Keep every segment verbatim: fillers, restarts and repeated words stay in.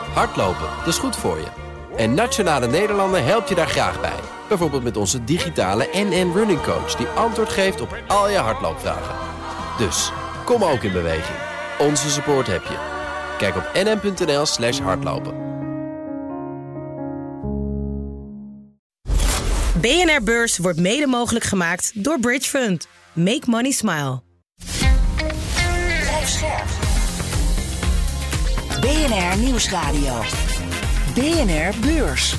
Hardlopen, dat is goed voor je. En Nationale Nederlanden helpt je daar graag bij. Bijvoorbeeld met onze digitale N N Running Coach... die antwoord geeft op al je hardloopvragen. Dus, kom ook in beweging. Onze support heb je. Kijk op nn.nl slash hardlopen. B N R Beurs wordt mede mogelijk gemaakt door Bridge Fund. Make money smile. Blijf scherp. B N R Nieuwsradio. B N R Beurs.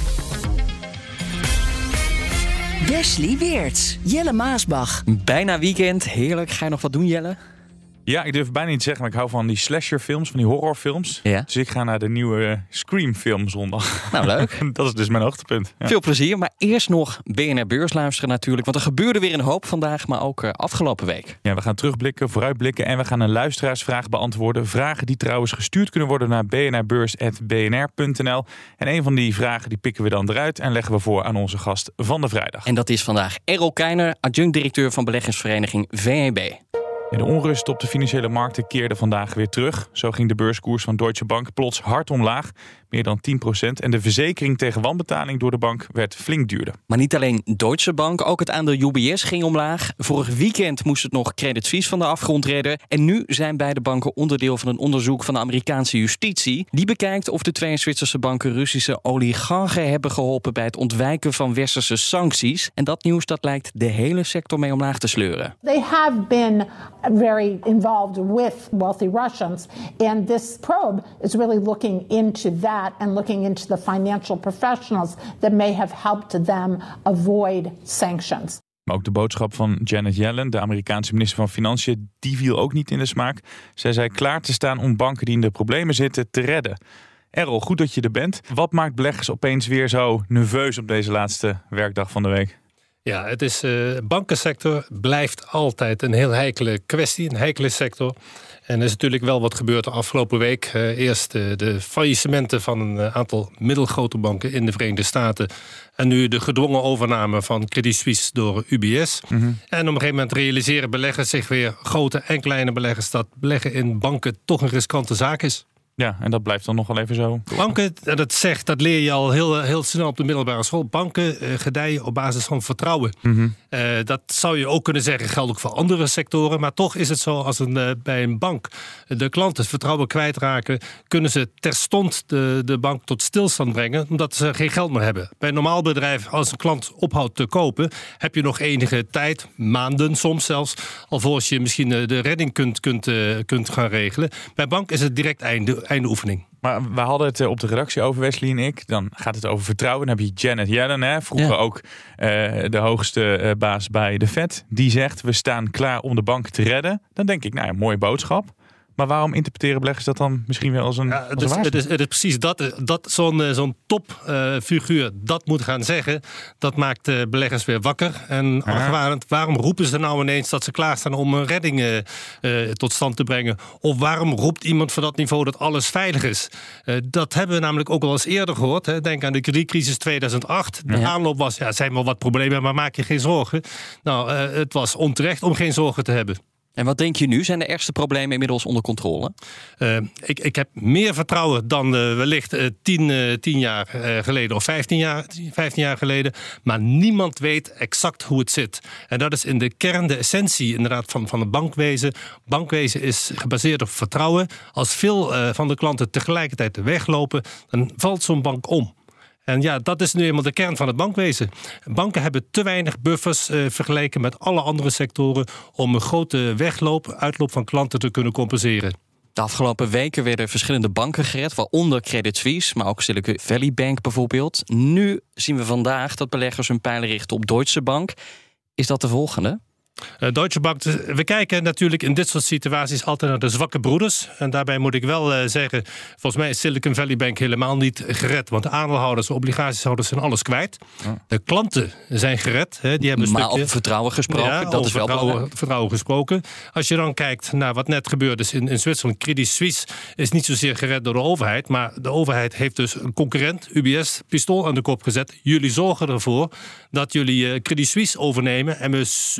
Wesley Weerts, Jelle Maasbach. Bijna weekend, heerlijk. Ga je nog wat doen, Jelle? Ja, ik durf bijna niet te zeggen, maar ik hou van die slasherfilms, van die horrorfilms. Ja. Dus ik ga naar de nieuwe Scream-film zondag. Nou, leuk. Dat is dus mijn hoogtepunt. Ja. Veel plezier, maar eerst nog B N R Beurs luisteren natuurlijk. Want er gebeurde weer een hoop vandaag, maar ook uh, afgelopen week. Ja, we gaan terugblikken, vooruitblikken en we gaan een luisteraarsvraag beantwoorden. Vragen die trouwens gestuurd kunnen worden naar b n r beurs punt b n r punt n l. En een van die vragen die pikken we dan eruit en leggen we voor aan onze gast van de vrijdag. En dat is vandaag Errol Keijner, adjunct-directeur van beleggingsvereniging V E B. Ja, de onrust op de financiële markten keerde vandaag weer terug. Zo ging de beurskoers van Deutsche Bank plots hard omlaag, meer dan tien procent. En de verzekering tegen wanbetaling door de bank werd flink duurder. Maar niet alleen Deutsche Bank, ook het aandeel U B S ging omlaag. Vorig weekend moest het nog Credit Suisse van de afgrond redden. En nu zijn beide banken onderdeel van een onderzoek van de Amerikaanse justitie. Die bekijkt of de twee Zwitserse banken Russische oligarchen hebben geholpen bij het ontwijken van westerse sancties. En dat nieuws dat lijkt de hele sector mee omlaag te sleuren. They have been very involved with wealthy Russians, and this probe is really looking into that and looking into the financial professionals that may have helped them avoid sanctions. Maar ook de boodschap van Janet Yellen, de Amerikaanse minister van Financiën, die viel ook niet in de smaak. Zij zei klaar te staan om banken die in de problemen zitten te redden. Errol, goed dat je er bent. Wat maakt beleggers opeens weer zo nerveus op deze laatste werkdag van de week? Ja, het is uh, bankensector blijft altijd een heel heikele kwestie, een heikele sector. En er is natuurlijk wel wat gebeurd de afgelopen week. Uh, eerst uh, de faillissementen van een uh, aantal middelgrote banken in de Verenigde Staten. En nu de gedwongen overname van Credit Suisse door U B S. Mm-hmm. En op een gegeven moment realiseren beleggers zich weer, grote en kleine beleggers, dat beleggen in banken toch een riskante zaak is. Ja, en dat blijft dan nog wel even zo. Banken, dat zegt, dat leer je al heel, heel snel op de middelbare school. Banken uh, gedijen op basis van vertrouwen. Mm-hmm. Uh, dat zou je ook kunnen zeggen, geldt ook voor andere sectoren. Maar toch is het zo, als een, uh, bij een bank de klanten het vertrouwen kwijtraken, kunnen ze terstond de, de bank tot stilstand brengen, omdat ze geen geld meer hebben. Bij een normaal bedrijf, als een klant ophoudt te kopen, heb je nog enige tijd, maanden soms zelfs, alvorens je misschien uh, de redding kunt, kunt, uh, kunt gaan regelen. Bij bank is het direct einde. Einde oefening. Maar we hadden het op de redactie over, Wesley en ik. Dan gaat het over vertrouwen. Dan heb je Janet Yellen, hè, vroeger ja. ook uh, de hoogste uh, baas bij de Fed. Die zegt, we staan klaar om de bank te redden. Dan denk ik, nou ja, mooie boodschap. Maar waarom interpreteren beleggers dat dan misschien wel als een, ja, als een het, is, het, is, het is precies dat, dat zo'n, zo'n topfiguur uh, dat moet gaan zeggen. Dat maakt uh, beleggers weer wakker. En argwanend, waarom roepen ze nou ineens dat ze klaarstaan om een redding uh, uh, tot stand te brengen? Of waarom roept iemand van dat niveau dat alles veilig is? Uh, dat hebben we namelijk ook al eens eerder gehoord. Hè. Denk aan de kredietcrisis tweeduizend acht. De ja. aanloop was, ja, er zijn wel wat problemen, maar maak je geen zorgen. Nou, uh, het was onterecht om geen zorgen te hebben. En wat denk je nu? Zijn de ergste problemen inmiddels onder controle? Uh, ik, ik heb meer vertrouwen dan uh, wellicht uh, tien, uh, tien jaar uh, geleden of vijftien jaar, vijftien jaar geleden. Maar niemand weet exact hoe het zit. En dat is in de kern, de essentie inderdaad van, van het bankwezen. Bankwezen is gebaseerd op vertrouwen. Als veel uh, van de klanten tegelijkertijd weglopen, dan valt zo'n bank om. En ja, dat is nu eenmaal de kern van het bankwezen. Banken hebben te weinig buffers uh, vergeleken met alle andere sectoren om een grote wegloop, uitloop van klanten te kunnen compenseren. De afgelopen weken werden verschillende banken gered, waaronder Credit Suisse, maar ook Silicon Valley Bank bijvoorbeeld. Nu zien we vandaag dat beleggers hun pijlen richten op Deutsche Bank. Is dat de volgende? Uh, Deutsche Bank, we kijken natuurlijk in dit soort situaties altijd naar de zwakke broeders. En daarbij moet ik wel uh, zeggen, volgens mij is Silicon Valley Bank helemaal niet gered. Want de aandeelhouders, obligatiehouders zijn alles kwijt. Ja. De klanten zijn gered. Hè, die hebben een maar stukje, over vertrouwen gesproken, ja, dat over is wel vertrouwen, vertrouwen gesproken. Als je dan kijkt naar wat net gebeurd is in, in Zwitserland. Credit Suisse is niet zozeer gered door de overheid. Maar de overheid heeft dus een concurrent, U B S, pistool aan de kop gezet. Jullie zorgen ervoor dat jullie uh, Credit Suisse overnemen. En we, we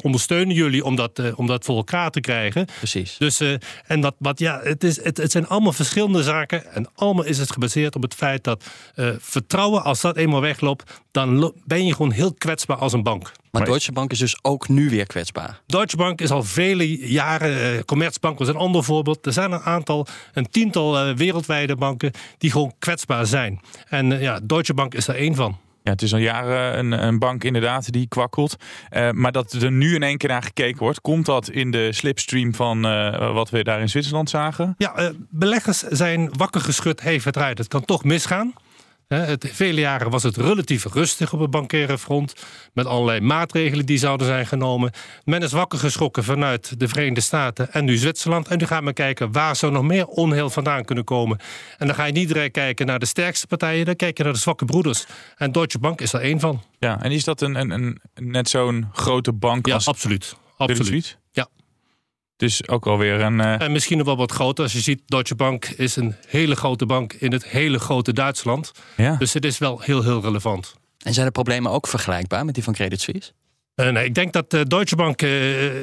ondersteunen jullie om dat, uh, om dat voor elkaar te krijgen. Precies. Dus, uh, en dat, wat, ja, het, is, het, het zijn allemaal verschillende zaken. En allemaal is het gebaseerd op het feit dat uh, vertrouwen, als dat eenmaal wegloopt, dan lo- ben je gewoon heel kwetsbaar als een bank. Maar Deutsche Bank is dus ook nu weer kwetsbaar. Deutsche Bank is al vele jaren, uh, Commerzbank was een ander voorbeeld. Er zijn een aantal, een tiental uh, wereldwijde banken die gewoon kwetsbaar zijn. En uh, ja, Deutsche Bank is er één van. Ja, het is al jaren een, een bank inderdaad die kwakkelt. Uh, maar dat er nu in één keer naar gekeken wordt. Komt dat in de slipstream van uh, wat we daar in Zwitserland zagen? Ja, uh, beleggers zijn wakker geschud. Hey, verdraaid, het kan toch misgaan. He, het, vele jaren was het relatief rustig op het bankaire front. Met allerlei maatregelen die zouden zijn genomen. Men is wakker geschrokken vanuit de Verenigde Staten en nu Zwitserland. En nu gaan we kijken waar zou nog meer onheil vandaan kunnen komen. En dan ga je niet direct kijken naar de sterkste partijen. Dan kijk je naar de zwakke broeders. En Deutsche Bank is er één van. Ja, en is dat een, een, een, net zo'n grote bank ja, als absoluut. Credit absoluut. Suisse? Ja. Dus ook alweer een... Uh... En misschien nog wel wat groter. Als je ziet, Deutsche Bank is een hele grote bank in het hele grote Duitsland. Ja. Dus het is wel heel, heel relevant. En zijn de problemen ook vergelijkbaar met die van Credit Suisse? Uh, nee, ik denk dat uh, Deutsche Bank uh,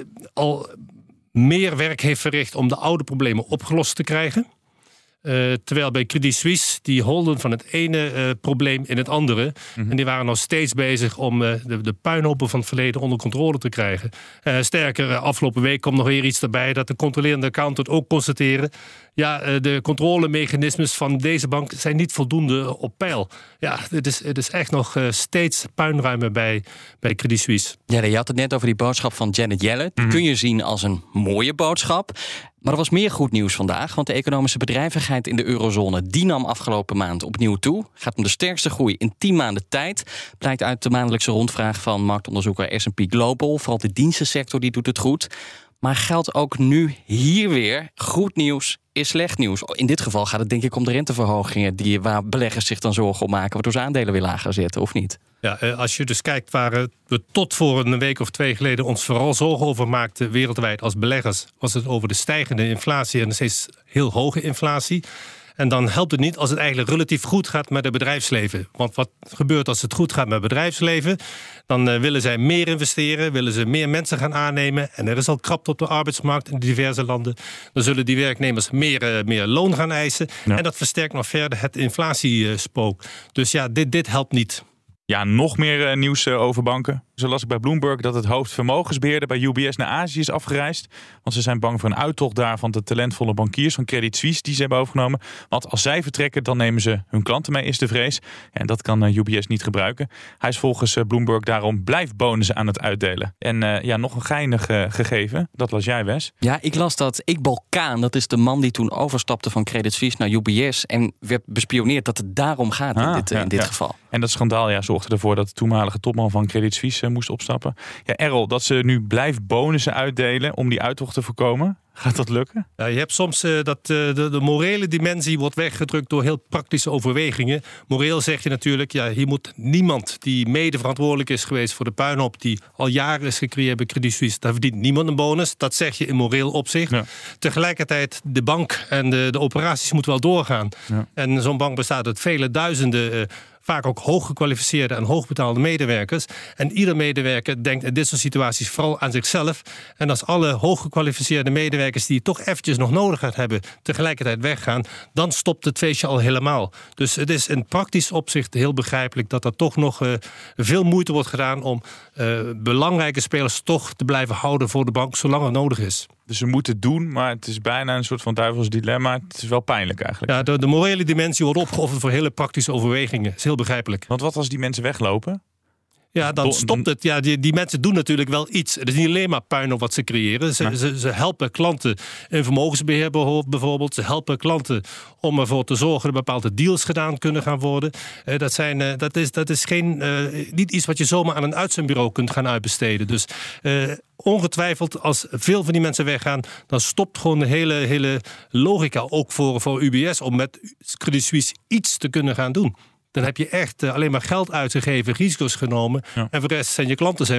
al meer werk heeft verricht om de oude problemen opgelost te krijgen. Uh, terwijl bij Credit Suisse, die holden van het ene uh, probleem in het andere. Mm-hmm. En die waren nog steeds bezig om uh, de, de puinhopen van het verleden onder controle te krijgen. Uh, sterker, uh, afgelopen week komt nog weer iets erbij dat de controlerende accountant ook constateren. Ja, uh, de controlemechanismes van deze bank zijn niet voldoende op peil. Ja, het is, het is echt nog uh, steeds puinruimen bij, bij Credit Suisse. Ja, je had het net over die boodschap van Janet Yellen. Die Mm. kun je zien als een mooie boodschap. Maar er was meer goed nieuws vandaag, want de economische bedrijvigheid in de eurozone die nam afgelopen maand opnieuw toe. Het gaat om de sterkste groei in tien maanden tijd. Blijkt uit de maandelijkse rondvraag van marktonderzoeker S en P Global. Vooral de dienstensector die doet het goed. Maar geldt ook nu hier weer, goed nieuws is slecht nieuws. In dit geval gaat het denk ik om de renteverhogingen die, waar beleggers zich dan zorgen om maken, waardoor ze aandelen weer lager zetten, of niet? Ja, als je dus kijkt waar we tot voor een week of twee geleden ons vooral zorgen over maakten wereldwijd als beleggers, was het over de stijgende inflatie en steeds heel hoge inflatie. En dan helpt het niet als het eigenlijk relatief goed gaat met het bedrijfsleven. Want wat gebeurt als het goed gaat met het bedrijfsleven? Dan uh, willen zij meer investeren, willen ze meer mensen gaan aannemen. En er is al krapte op de arbeidsmarkt in diverse landen. Dan zullen die werknemers meer, uh, meer loon gaan eisen. Ja. En dat versterkt nog verder het inflatiespook. Dus ja, dit, dit helpt niet. Ja, nog meer uh, nieuws uh, over banken. Zo las ik bij Bloomberg dat het hoofd vermogensbeheerder bij U B S naar Azië is afgereisd. Want ze zijn bang voor een uittocht daar van de talentvolle bankiers van Credit Suisse die ze hebben overgenomen. Want als zij vertrekken, dan nemen ze hun klanten mee, is de vrees. En dat kan uh, U B S niet gebruiken. Hij is volgens uh, Bloomberg daarom blijfbonussen aan het uitdelen. En uh, ja, nog een geinig uh, gegeven. Dat las jij, Wes. Ja, ik las dat Iqbal Khan, dat is de man die toen overstapte van Credit Suisse naar U B S en werd bespioneerd dat het daarom gaat ah, in dit, ja, in dit ja. geval. En dat schandaal ja, zorgde ervoor dat de toenmalige topman van Credit Suisse uh, moest opstappen. Ja, Errol, dat ze nu blijfbonussen uitdelen om die uittocht te voorkomen. Gaat dat lukken? Ja, je hebt soms uh, dat uh, de, de morele dimensie wordt weggedrukt door heel praktische overwegingen. Moreel zeg je natuurlijk, ja, hier moet niemand die mede verantwoordelijk is geweest voor de puinhoop die al jaren is gecreëerd bij Credit Suisse, daar verdient niemand een bonus. Dat zeg je in moreel opzicht. Ja. Tegelijkertijd, de bank en de, de operaties moeten wel doorgaan. Ja. En zo'n bank bestaat uit vele duizenden uh, vaak ook hooggekwalificeerde en hoogbetaalde medewerkers. En ieder medewerker denkt in dit soort situaties vooral aan zichzelf. En als alle hooggekwalificeerde medewerkers die je toch eventjes nog nodig gaat hebben, tegelijkertijd weggaan, dan stopt het feestje al helemaal. Dus het is in praktisch opzicht heel begrijpelijk dat er toch nog uh, veel moeite wordt gedaan om uh, belangrijke spelers toch te blijven houden voor de bank, zolang het nodig is. Dus ze moeten het doen, maar het is bijna een soort van duivels dilemma. Het is wel pijnlijk eigenlijk. Ja, de, de morele dimensie wordt opgeofferd voor hele praktische overwegingen. Dat is heel begrijpelijk. Want wat als die mensen weglopen? Ja, dan stopt het. Ja, die, die mensen doen natuurlijk wel iets. Het is niet alleen maar puin op wat ze creëren. Ze, nee. ze, ze helpen klanten in vermogensbeheer bijvoorbeeld. Ze helpen klanten om ervoor te zorgen dat bepaalde deals gedaan kunnen gaan worden. Uh, dat, zijn, uh, dat, is, dat is geen, uh, niet iets wat je zomaar aan een uitzendbureau kunt gaan uitbesteden. Dus uh, ongetwijfeld, als veel van die mensen weggaan, dan stopt gewoon de hele, hele logica ook voor, voor U B S om met Credit Suisse iets te kunnen gaan doen. Dan heb je echt alleen maar geld uitgegeven, risico's genomen. Ja. En voor de rest zijn je klanten zijn weg.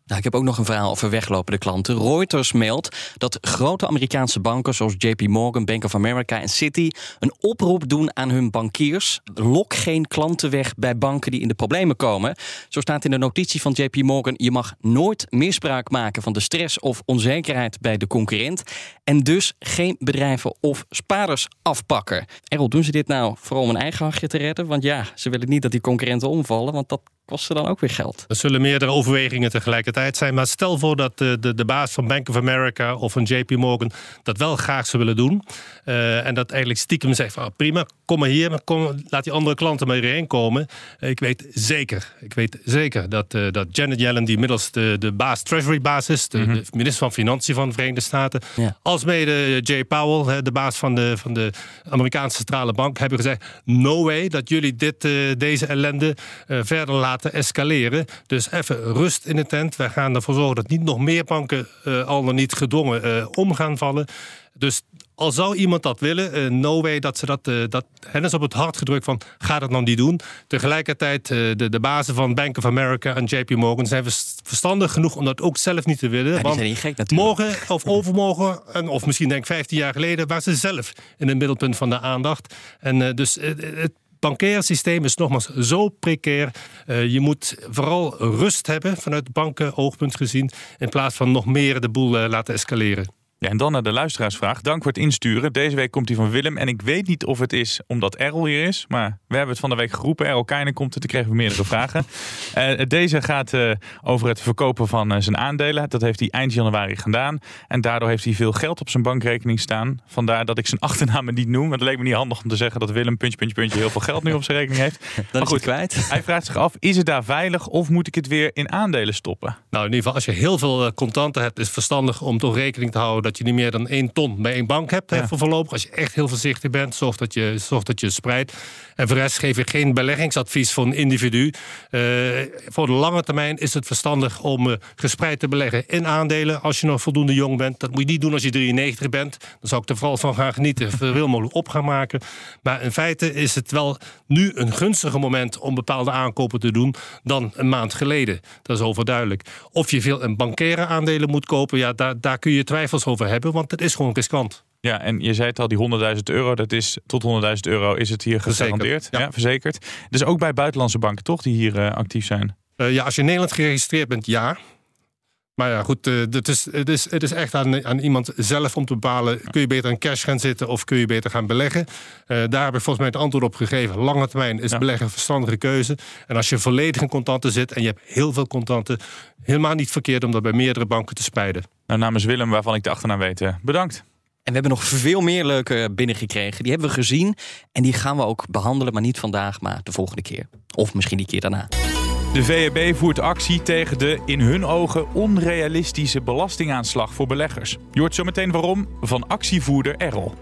Nou, ik heb ook nog een verhaal over weglopende klanten. Reuters meldt dat grote Amerikaanse banken zoals J P Morgan, Bank of America en Citi een oproep doen aan hun bankiers. Lok geen klanten weg bij banken die in de problemen komen. Zo staat in de notitie van J P Morgan: je mag nooit misbruik maken van de stress of onzekerheid bij de concurrent en dus geen bedrijven of spaarders afpakken. Errol, doen ze dit nou vooral om een eigen hachje te redden? Want ja, ze willen niet dat die concurrenten omvallen, want dat kost ze dan ook weer geld. Er zullen meerdere overwegingen tegelijkertijd zijn. Maar stel voor dat de, de, de baas van Bank of America of van J P Morgan dat wel graag zou willen doen. Uh, en dat eigenlijk stiekem zegt van, prima, kom maar hier, maar kom, laat die andere klanten maar hierheen komen. Uh, ik weet zeker, ik weet zeker dat, uh, dat Janet Yellen, die inmiddels de, de baas, Treasury baas is, de, mm-hmm. de minister van Financiën van de Verenigde Staten, ja. alsmede Jay Powell, de baas van de, van de Amerikaanse centrale bank, hebben gezegd, no way dat jullie dit, uh, deze ellende uh, verder laten escaleren. Dus even rust in de tent. Wij gaan ervoor zorgen dat niet nog meer banken uh, al dan niet gedwongen uh, om gaan vallen. Dus al zou iemand dat willen, uh, no way dat ze dat, uh, dat hen is op het hart gedrukt van, ga dat nou niet doen. Tegelijkertijd, uh, de, de bazen van Bank of America en J P Morgan zijn verstandig genoeg om dat ook zelf niet te willen. Ja, die want zijn niet gek natuurlijk. Morgen of overmorgen, en, of misschien denk ik vijftien jaar geleden, waren ze zelf in het middelpunt van de aandacht. En uh, dus uh, het bankaire systeem is nogmaals zo precair. Uh, je moet vooral rust hebben vanuit bankenoogpunt gezien, in plaats van nog meer de boel uh, laten escaleren. Ja, en dan naar de luisteraarsvraag. Dank voor het insturen. Deze week komt die van Willem. En ik weet niet of het is omdat Errol hier is. Maar we hebben het van de week geroepen. Errol Keijnen komt er. Toen kregen we meerdere vragen. Uh, deze gaat uh, over het verkopen van uh, zijn aandelen. Dat heeft hij eind januari gedaan. En daardoor heeft hij veel geld op zijn bankrekening staan. Vandaar dat ik zijn achternaam niet noem. Want het leek me niet handig om te zeggen dat Willem puntje, puntje, puntje heel veel geld nu op zijn rekening heeft. Dat maar is goed, kwijt. Hij vraagt zich af, is het daar veilig of moet ik het weer in aandelen stoppen? Nou, in ieder geval, als je heel veel contanten hebt, is het verstandig om toch rekening te houden dat je niet meer dan één ton bij één bank hebt. Ja. Hè, voor voorlopig. Als je echt heel voorzichtig bent, zorg dat je, zorg dat je spreidt. En voor de rest geef ik geen beleggingsadvies voor een individu. Uh, voor de lange termijn is het verstandig om uh, gespreid te beleggen in aandelen. Als je nog voldoende jong bent. Dat moet je niet doen als je drieënnegentig bent. Dan zou ik er vooral van gaan genieten. Veel mogelijk op gaan maken. Maar in feite is het wel nu een gunstiger moment om bepaalde aankopen te doen dan een maand geleden. Dat is overduidelijk. Of je veel in bankaire aandelen moet kopen, ja, daar, daar kun je twijfels over hebben, want het is gewoon riskant. Ja, en je zei het al, die honderdduizend euro, dat is tot honderdduizend euro is het hier gegarandeerd. Verzekerd, ja. Ja, verzekerd. Dus ook bij buitenlandse banken toch, die hier uh, actief zijn? Uh, ja, als je in Nederland geregistreerd bent, ja. Maar ja, goed, uh, het, is, het, is, het is echt aan, aan iemand zelf om te bepalen, kun je beter in cash gaan zitten of kun je beter gaan beleggen. Uh, daar heb ik volgens mij het antwoord op gegeven. Lange termijn is ja. beleggen een verstandige keuze. En als je volledig in contanten zit en je hebt heel veel contanten, helemaal niet verkeerd om dat bij meerdere banken te spreiden. Nou, namens Willem, waarvan ik de achternaam weet, uh, bedankt. En we hebben nog veel meer leuke binnengekregen. Die hebben we gezien en die gaan we ook behandelen, maar niet vandaag, maar de volgende keer. Of misschien die keer daarna. De V E B voert actie tegen de in hun ogen onrealistische belastingaanslag voor beleggers. Je hoort zometeen waarom van actievoerder Errol.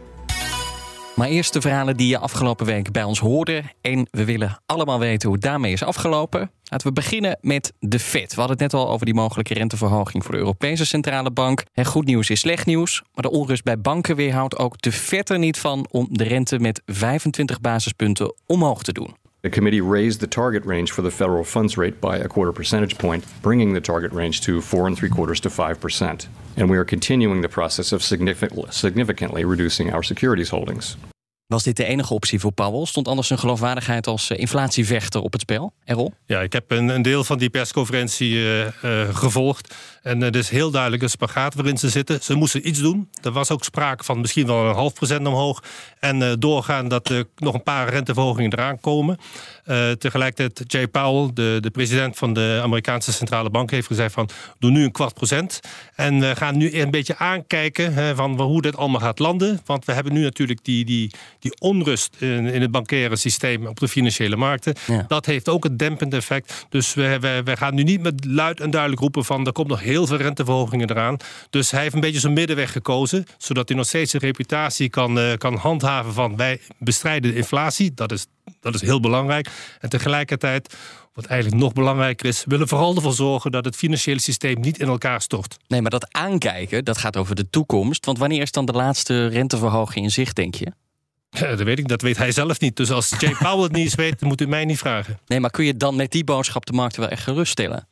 Maar eerst de verhalen die je afgelopen week bij ons hoorde. En we willen allemaal weten hoe het daarmee is afgelopen. Laten we beginnen met de Fed. We hadden het net al over die mogelijke renteverhoging voor de Europese Centrale Bank. En goed nieuws is slecht nieuws. Maar de onrust bij banken weerhoudt ook de Fed er niet van om de rente met vijfentwintig basispunten omhoog te doen. The committee raised the target range for the federal funds rate by a quarter percentage point, bringing the target range to four and three quarters to five percent. And we are continuing the process of significantly reducing our securities holdings. Was dit de enige optie voor Powell? Stond anders zijn geloofwaardigheid als inflatievechter op het spel? Errol? Ja, ik heb een, een deel van die persconferentie uh, uh, gevolgd. En het uh, is heel duidelijk een spagaat waarin ze zitten. Ze moesten iets doen. Er was ook sprake van misschien wel een half procent omhoog. En uh, doorgaan dat er nog een paar renteverhogingen eraan komen. Uh, tegelijkertijd Jay Powell, de, de president van de Amerikaanse Centrale Bank, heeft gezegd van doe nu een kwart procent. En we gaan nu een beetje aankijken hè, van hoe dit allemaal gaat landen. Want we hebben nu natuurlijk die, die, die onrust in, in het bankaire systeem op de financiële markten. Ja. Dat heeft ook een dempend effect. Dus we, we, we gaan nu niet met luid en duidelijk roepen van er komt nog heel veel renteverhogingen eraan. Dus hij heeft een beetje zijn middenweg gekozen, zodat hij nog steeds zijn reputatie kan, uh, kan handhaven van wij bestrijden de inflatie. Dat is, dat is heel belangrijk. En tegelijkertijd, wat eigenlijk nog belangrijker is, willen vooral ervoor zorgen dat het financiële systeem niet in elkaar stort. Nee, maar dat aankijken, dat gaat over de toekomst. Want wanneer is dan de laatste renteverhoging in zicht, denk je? Ja, dat weet ik, dat weet hij zelf niet. Dus als Jay Powell het niet eens weet, dan moet u mij niet vragen. Nee, maar kun je dan met die boodschap de markten wel echt geruststellen?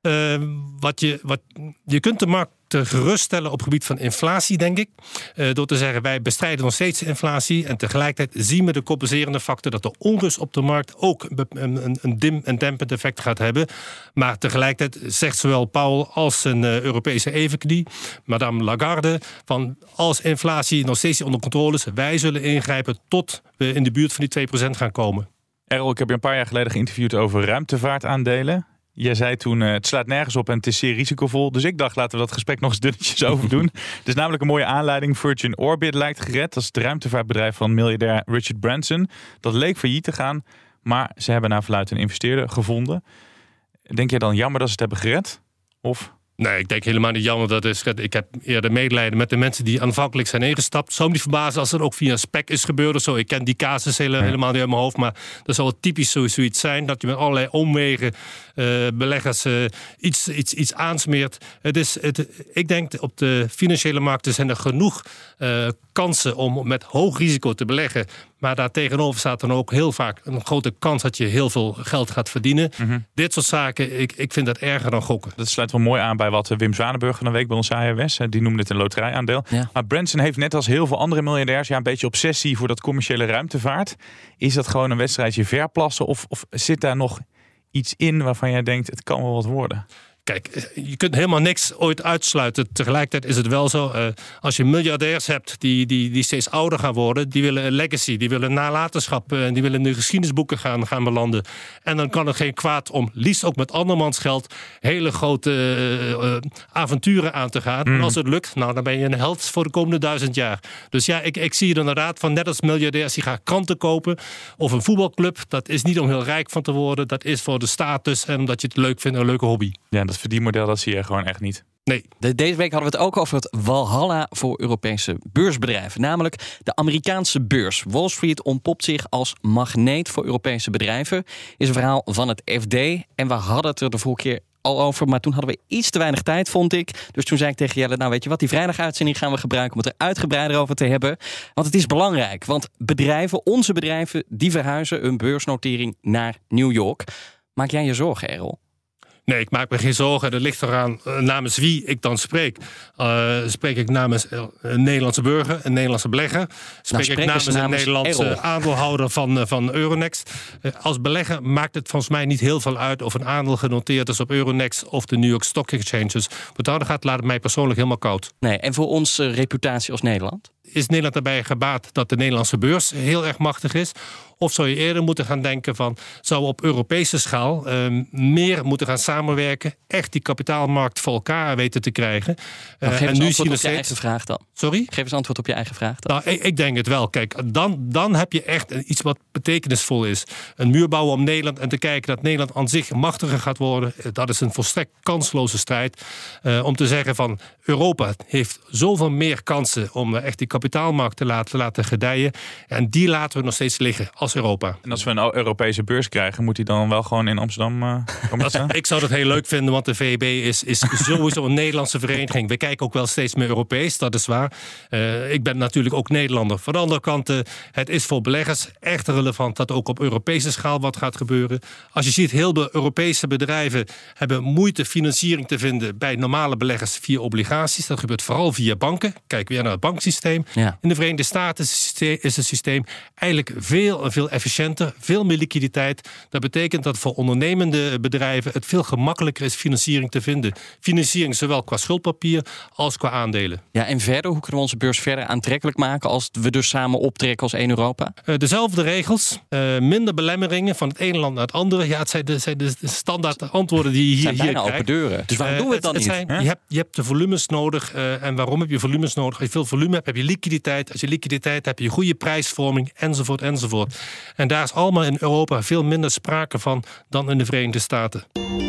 Uh, wat je, wat, je kunt de markt geruststellen op het gebied van inflatie, denk ik. Uh, door te zeggen, wij bestrijden nog steeds inflatie. En tegelijkertijd zien we de compenserende factor dat de onrust op de markt ook een, een, een, dim, een dempend effect gaat hebben. Maar tegelijkertijd zegt zowel Powell als een uh, Europese evenknie, Madame Lagarde, van als inflatie nog steeds onder controle is, wij zullen ingrijpen tot we in de buurt van die twee procent gaan komen. Errol, ik heb je een paar jaar geleden geïnterviewd over ruimtevaartaandelen. Jij zei toen, uh, het slaat nergens op en het is zeer risicovol. Dus ik dacht, laten we dat gesprek nog eens dunnetjes over doen. Het is namelijk een mooie aanleiding. Virgin Orbit lijkt gered. Dat is het ruimtevaartbedrijf van miljardair Richard Branson. Dat leek failliet te gaan, maar ze hebben naar verluidt een investeerder gevonden. Denk jij dan jammer dat ze het hebben gered? Of... Nee, ik denk helemaal niet jammer dat is. Ik heb eerder medelijden met de mensen die aanvankelijk zijn ingestapt. Zou me niet verbazen als het ook via een spec is gebeurd of zo. Ik ken die casus hele, ja. helemaal niet uit mijn hoofd. Maar dat zal typisch zoiets zijn. Dat je met allerlei omwegen uh, beleggers uh, iets, iets, iets aansmeert. Het is, het, ik denk op de financiële markten zijn er genoeg uh, kansen om met hoog risico te beleggen. Maar daar tegenover staat dan ook heel vaak een grote kans dat je heel veel geld gaat verdienen. Mm-hmm. Dit soort zaken, ik, ik vind dat erger dan gokken. Dat sluit wel mooi aan bij wat Wim Zwanenburg van de week bij ons A R W S. Die noemde het een loterijaandeel. Ja. Maar Branson heeft net als heel veel andere miljardairs ja, een beetje obsessie voor dat commerciële ruimtevaart. Is dat gewoon een wedstrijdje verplassen? Of, of zit daar nog iets in waarvan jij denkt, het kan wel wat worden? Kijk, je kunt helemaal niks ooit uitsluiten. Tegelijkertijd is het wel zo, uh, als je miljardairs hebt die, die, die steeds ouder gaan worden, die willen een legacy, die willen nalatenschap, uh, die willen in de geschiedenisboeken gaan, gaan belanden. En dan kan het geen kwaad om, liefst ook met andermans geld, hele grote uh, uh, avonturen aan te gaan. Mm. En als het lukt, nou, dan ben je een held voor de komende duizend jaar. Dus ja, ik, ik zie het inderdaad van net als miljardairs die gaan kranten kopen of een voetbalclub. Dat is niet om heel rijk van te worden, dat is voor de status en omdat je het leuk vindt, een leuke hobby. Ja, dat verdienmodel, dat zie je gewoon echt niet. Nee. De, deze week hadden we het ook over het walhalla voor Europese beursbedrijven. Namelijk de Amerikaanse beurs. Wall Street ontpopt zich als magneet voor Europese bedrijven. Is een verhaal van het F D. En we hadden het er de vorige keer al over, maar toen hadden we iets te weinig tijd, vond ik. Dus toen zei ik tegen Jelle, nou weet je wat, die vrijdaguitzending gaan we gebruiken om het er uitgebreider over te hebben. Want het is belangrijk, want bedrijven, onze bedrijven, die verhuizen hun beursnotering naar New York. Maak jij je zorgen, Errol? Nee, ik maak me geen zorgen. Dat ligt eraan uh, namens wie ik dan spreek. Uh, spreek ik namens een Nederlandse burger, een Nederlandse belegger? Spreek nou, ik namens, namens een Nederlandse Errol. aandeelhouder van, uh, van Euronext? Uh, als belegger maakt het volgens mij niet heel veel uit of een aandeel genoteerd is op Euronext of de New York Stock Exchanges. Wat daar gaat, laat het mij persoonlijk helemaal koud. Nee, en voor onze reputatie als Nederland? Is Nederland daarbij gebaat dat de Nederlandse beurs heel erg machtig is? Of zou je eerder moeten gaan denken van, zou we op Europese schaal uh, meer moeten gaan samenwerken, echt die kapitaalmarkt voor elkaar weten te krijgen? Uh, geef eens en nu antwoord op je steeds... eigen vraag dan. Sorry? Geef eens antwoord op je eigen vraag dan. Nou, ik, ik denk het wel. Kijk, dan, dan heb je echt iets wat betekenisvol is. Een muur bouwen om Nederland en te kijken dat Nederland aan zich machtiger gaat worden. Dat is een volstrekt kansloze strijd. Uh, om te zeggen van, Europa heeft zoveel meer kansen om echt die kapitaalmarkt te laten, laten gedijen. En die laten we nog steeds liggen als Europa. En als we een Europese beurs krijgen, moet die dan wel gewoon in Amsterdam uh, komen staan? Ik zou dat heel leuk vinden, want de V E B is, is sowieso een Nederlandse vereniging. We kijken ook wel steeds meer Europees, dat is waar. Uh, ik ben natuurlijk ook Nederlander. Van de andere kant, uh, het is voor beleggers echt relevant dat ook op Europese schaal wat gaat gebeuren. Als je ziet, heel veel Europese bedrijven hebben moeite financiering te vinden bij normale beleggers via obligaties. Dat gebeurt vooral via banken. Kijk weer naar het banksysteem. Ja. In de Verenigde Staten is het systeem eigenlijk veel veel efficiënter, veel meer liquiditeit. Dat betekent dat voor ondernemende bedrijven het veel gemakkelijker is financiering te vinden. Financiering zowel qua schuldpapier als qua aandelen. Ja, en verder, hoe kunnen we onze beurs verder aantrekkelijk maken als we dus samen optrekken als één Europa? Uh, dezelfde regels, uh, minder belemmeringen van het ene land naar het andere. Ja, het zijn de, zijn de standaard antwoorden die je hier, het zijn hier bijna krijgt. Open deuren. Dus waarom uh, doen we het dan het, het niet? Zijn, je, hebt, je hebt de volumes nodig. Uh, en waarom heb je volumes nodig? Als je veel volume hebt, heb je liquiditeit. Als je liquiditeit hebt, heb je goede prijsvorming, enzovoort, enzovoort. En daar is allemaal in Europa veel minder sprake van dan in de Verenigde Staten.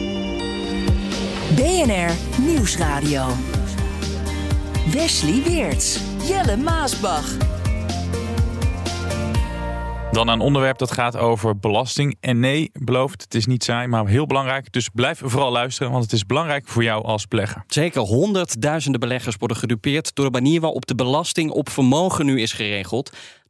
B N R Nieuwsradio. Wesley Weerts, Jelle Maasbach. Dan een onderwerp dat gaat over belasting. En nee, beloofd, het is niet saai, maar heel belangrijk. Dus blijf vooral luisteren, want het is belangrijk voor jou als belegger. Zeker honderdduizenden beleggers worden gedupeerd door de manier waarop de belasting op vermogen nu is geregeld.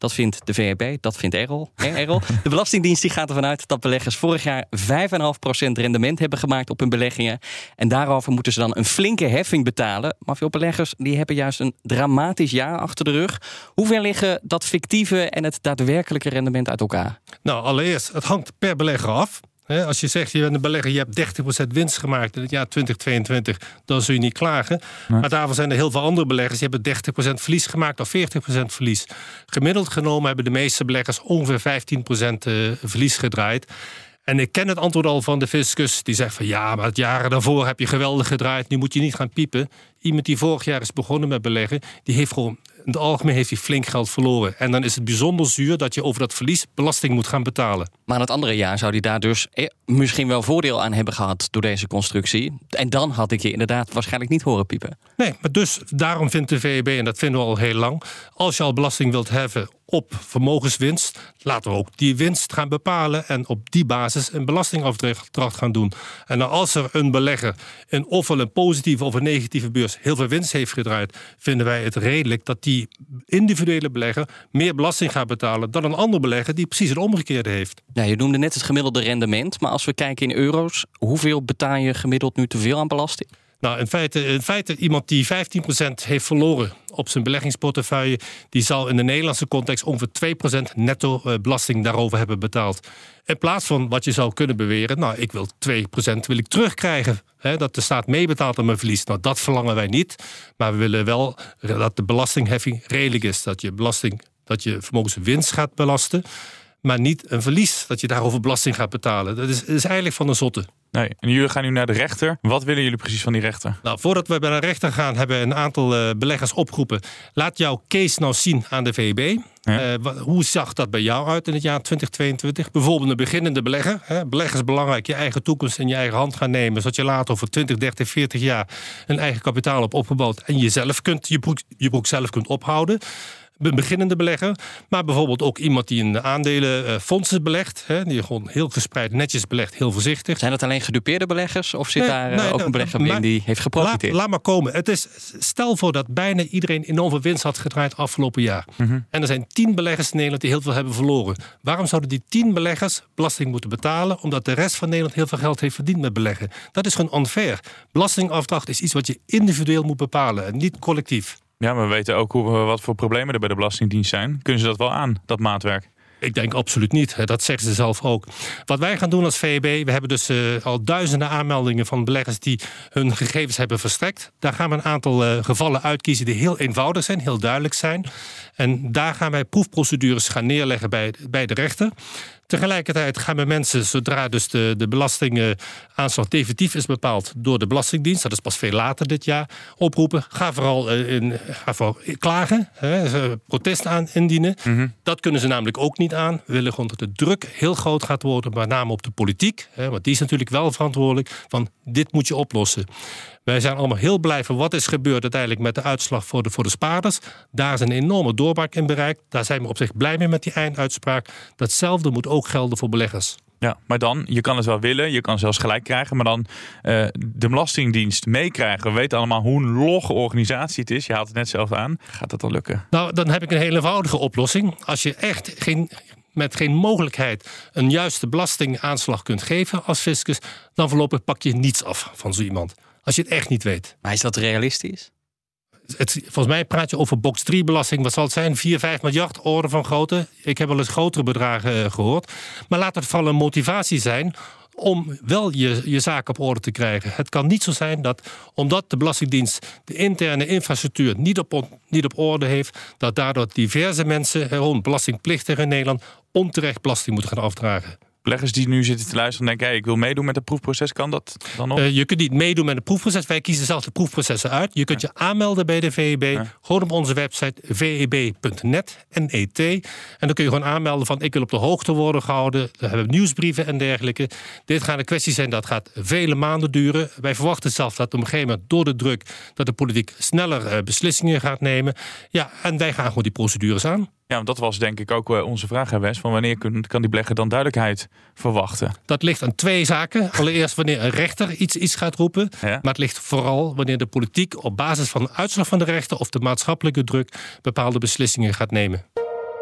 Dat vindt de V E B, dat vindt Errol. Hè, Errol? De Belastingdienst die gaat ervan uit dat beleggers vorig jaar vijf komma vijf procent rendement hebben gemaakt op hun beleggingen. En daarover moeten ze dan een flinke heffing betalen. Maar veel beleggers die hebben juist een dramatisch jaar achter de rug. Hoe ver liggen dat fictieve en het daadwerkelijke rendement uit elkaar? Nou, allereerst, het hangt per belegger af. He, als je zegt, je bent een belegger, je hebt dertig procent winst gemaakt in het jaar twintig tweeëntwintig, dan zul je niet klagen. Nee. Maar daarvan zijn er heel veel andere beleggers die hebben dertig procent verlies gemaakt of veertig procent verlies. Gemiddeld genomen hebben de meeste beleggers ongeveer vijftien procent uh, verlies gedraaid. En ik ken het antwoord al van de fiscus. Die zegt van ja, maar het jaren daarvoor heb je geweldig gedraaid. Nu moet je niet gaan piepen. Iemand die vorig jaar is begonnen met beleggen, die heeft gewoon, in het algemeen heeft hij flink geld verloren. En dan is het bijzonder zuur dat je over dat verlies belasting moet gaan betalen. Maar in het andere jaar zou hij daar dus eh, misschien wel voordeel aan hebben gehad door deze constructie. En dan had ik je inderdaad waarschijnlijk niet horen piepen. Nee, maar dus daarom vindt de V E B, en dat vinden we al heel lang, als je al belasting wilt heffen op vermogenswinst, laten we ook die winst gaan bepalen en op die basis een belastingafdracht gaan doen. En dan als er een belegger in ofwel een positieve of een negatieve beurs heel veel winst heeft gedraaid, vinden wij het redelijk dat die individuele belegger meer belasting gaat betalen dan een andere belegger die precies het omgekeerde heeft. Ja, je noemde net het gemiddelde rendement, maar als we kijken in euro's, hoeveel betaal je gemiddeld nu te veel aan belasting? Nou, in feite, in feite iemand die vijftien procent heeft verloren op zijn beleggingsportefeuille, die zal in de Nederlandse context ongeveer twee procent netto belasting daarover hebben betaald. In plaats van wat je zou kunnen beweren, nou, ik wil twee procent wil ik terugkrijgen. Hè, dat de staat meebetaalt aan mijn verlies. Nou, dat verlangen wij niet. Maar we willen wel dat de belastingheffing redelijk is. Dat je belasting, dat je vermogenswinst gaat belasten, maar niet een verlies, dat je daarover belasting gaat betalen. Dat is, is eigenlijk van een zotte. Nee, en jullie gaan nu naar de rechter. Wat willen jullie precies van die rechter? Nou, voordat we bij de rechter gaan, hebben we een aantal uh, beleggers opgeroepen. Laat jouw case nou zien aan de V E B. Ja. Uh, hoe zag dat bij jou uit in het jaar twintig tweeëntwintig? Bijvoorbeeld een beginnende belegger. Hè? Belegger is belangrijk, je eigen toekomst in je eigen hand gaan nemen, zodat je later over twintig, dertig, veertig jaar een eigen kapitaal hebt opgebouwd en jezelf kunt, je broek, je broek zelf kunt ophouden. Een beginnende belegger, maar bijvoorbeeld ook iemand die in aandelenfondsen belegt, hè, die gewoon heel gespreid netjes belegt, heel voorzichtig. Zijn dat alleen gedupeerde beleggers of zit nee, daar nee, ook een belegger maar, in die heeft geprofiteerd? Laat, laat maar komen. Het is, stel voor dat bijna iedereen enorm veel winst had gedraaid afgelopen jaar. Mm-hmm. En er zijn tien beleggers in Nederland die heel veel hebben verloren. Waarom zouden die tien beleggers belasting moeten betalen omdat de rest van Nederland heel veel geld heeft verdiend met beleggen? Dat is gewoon unfair. Belastingafdracht is iets wat je individueel moet bepalen en niet collectief. Ja, maar we weten ook hoe, wat voor problemen er bij de Belastingdienst zijn. Kunnen ze dat wel aan, dat maatwerk? Ik denk absoluut niet. Dat zeggen ze zelf ook. Wat wij gaan doen als V E B, we hebben dus uh, al duizenden aanmeldingen van beleggers die hun gegevens hebben verstrekt. Daar gaan we een aantal uh, gevallen uitkiezen die heel eenvoudig zijn, heel duidelijk zijn. En daar gaan wij proefprocedures gaan neerleggen bij, bij de rechter. Tegelijkertijd gaan we mensen, zodra dus de, de belastingaanslag definitief is bepaald door de Belastingdienst, dat is pas veel later dit jaar, oproepen. Ga vooral, uh, in, ga vooral klagen, hè, protest aan indienen. Mm-hmm. Dat kunnen ze namelijk ook niet aan. We willen gewoon dat de druk heel groot gaat worden, met name op de politiek. Hè, want die is natuurlijk wel verantwoordelijk van dit moet je oplossen. Wij zijn allemaal heel blij van wat is gebeurd uiteindelijk met de uitslag voor de, voor de spaarders. Daar is een enorme doorbraak in bereikt. Daar zijn we op zich blij mee met die einduitspraak. Datzelfde moet ook gelden voor beleggers. Ja, maar dan, je kan het wel willen, je kan zelfs gelijk krijgen, maar dan uh, de Belastingdienst meekrijgen. We weten allemaal hoe een logge organisatie het is. Je haalt het net zelf aan. Gaat dat dan lukken? Nou, dan heb ik een hele eenvoudige oplossing. Als je echt geen... met geen mogelijkheid een juiste belastingaanslag kunt geven als fiscus, dan voorlopig pak je niets af van zo iemand. Als je het echt niet weet. Maar is dat realistisch? Het, volgens mij praat je over box drie belasting. Wat zal het zijn? vier, vijf miljard, orde van grootte. Ik heb wel eens grotere bedragen uh, gehoord. Maar laat het vooral een motivatie zijn om wel je, je zaak op orde te krijgen. Het kan niet zo zijn dat, omdat de Belastingdienst de interne infrastructuur niet op, niet op orde heeft, dat daardoor diverse mensen, gewoon belastingplichtigen in Nederland, onterecht belasting moeten gaan afdragen. Beleggers die nu zitten te luisteren en denken, hey, ik wil meedoen met het proefproces, kan dat dan nog? Uh, je kunt niet meedoen met het proefproces. Wij kiezen zelf de proefprocessen uit. Je kunt je aanmelden bij de V E B. Ja. Gewoon op onze website v e b punt net, N E T. En dan kun je gewoon aanmelden van, ik wil op de hoogte worden gehouden. We hebben nieuwsbrieven en dergelijke. Dit gaat een kwestie zijn, dat gaat vele maanden duren. Wij verwachten zelf dat op een gegeven moment door de druk, dat de politiek sneller uh, beslissingen gaat nemen. Ja, en wij gaan gewoon die procedures aan. Ja, dat was denk ik ook onze vraag, hè, Wes. Van wanneer kan die belegger dan duidelijkheid verwachten? Dat ligt aan twee zaken. Allereerst wanneer een rechter iets, iets gaat roepen. Ja. Maar het ligt vooral wanneer de politiek op basis van de uitslag van de rechter of de maatschappelijke druk bepaalde beslissingen gaat nemen.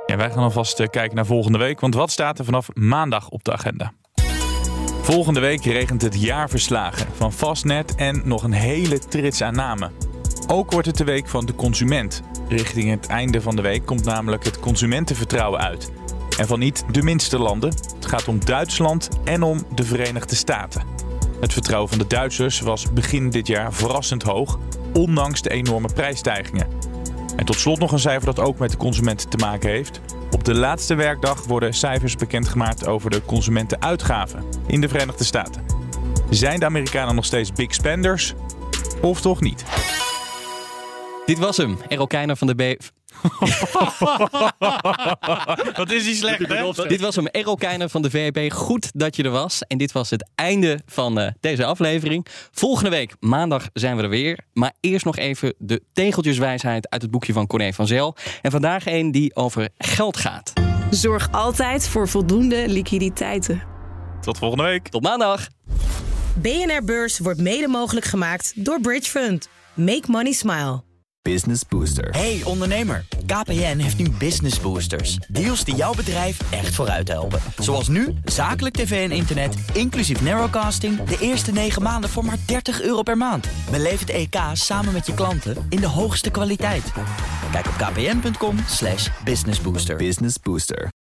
Ja, wij gaan alvast uh, kijken naar volgende week. Want wat staat er vanaf maandag op de agenda? Volgende week regent het jaarverslagen van Fastnet en nog een hele trits aan namen. Ook wordt het de week van de consument. Richting het einde van de week komt namelijk het consumentenvertrouwen uit. En van niet de minste landen. Het gaat om Duitsland en om de Verenigde Staten. Het vertrouwen van de Duitsers was begin dit jaar verrassend hoog, ondanks de enorme prijsstijgingen. En tot slot nog een cijfer dat ook met de consument te maken heeft. Op de laatste werkdag worden cijfers bekendgemaakt over de consumentenuitgaven in de Verenigde Staten. Zijn de Amerikanen nog steeds big spenders? Of toch niet? Dit was hem, Errol Keijner van de B... Wat is die slecht, hè? Dit was hem, Errol Keijner van de V E B. Goed dat je er was. En dit was het einde van uh, deze aflevering. Volgende week, maandag, zijn we er weer. Maar eerst nog even de tegeltjeswijsheid uit het boekje van Corné van Zel. En vandaag een die over geld gaat. Zorg altijd voor voldoende liquiditeiten. Tot volgende week. Tot maandag. B N R Beurs wordt mede mogelijk gemaakt door Bridge Fund. Make money smile. Business Booster. Hey ondernemer, K P N heeft nu Business Boosters. Deals die jouw bedrijf echt vooruit helpen. Zoals nu, zakelijk tv en internet, inclusief narrowcasting... de eerste negen maanden voor maar dertig euro per maand. Beleef het E K samen met je klanten in de hoogste kwaliteit. Kijk op kpn punt com slash businessbooster. Business Booster.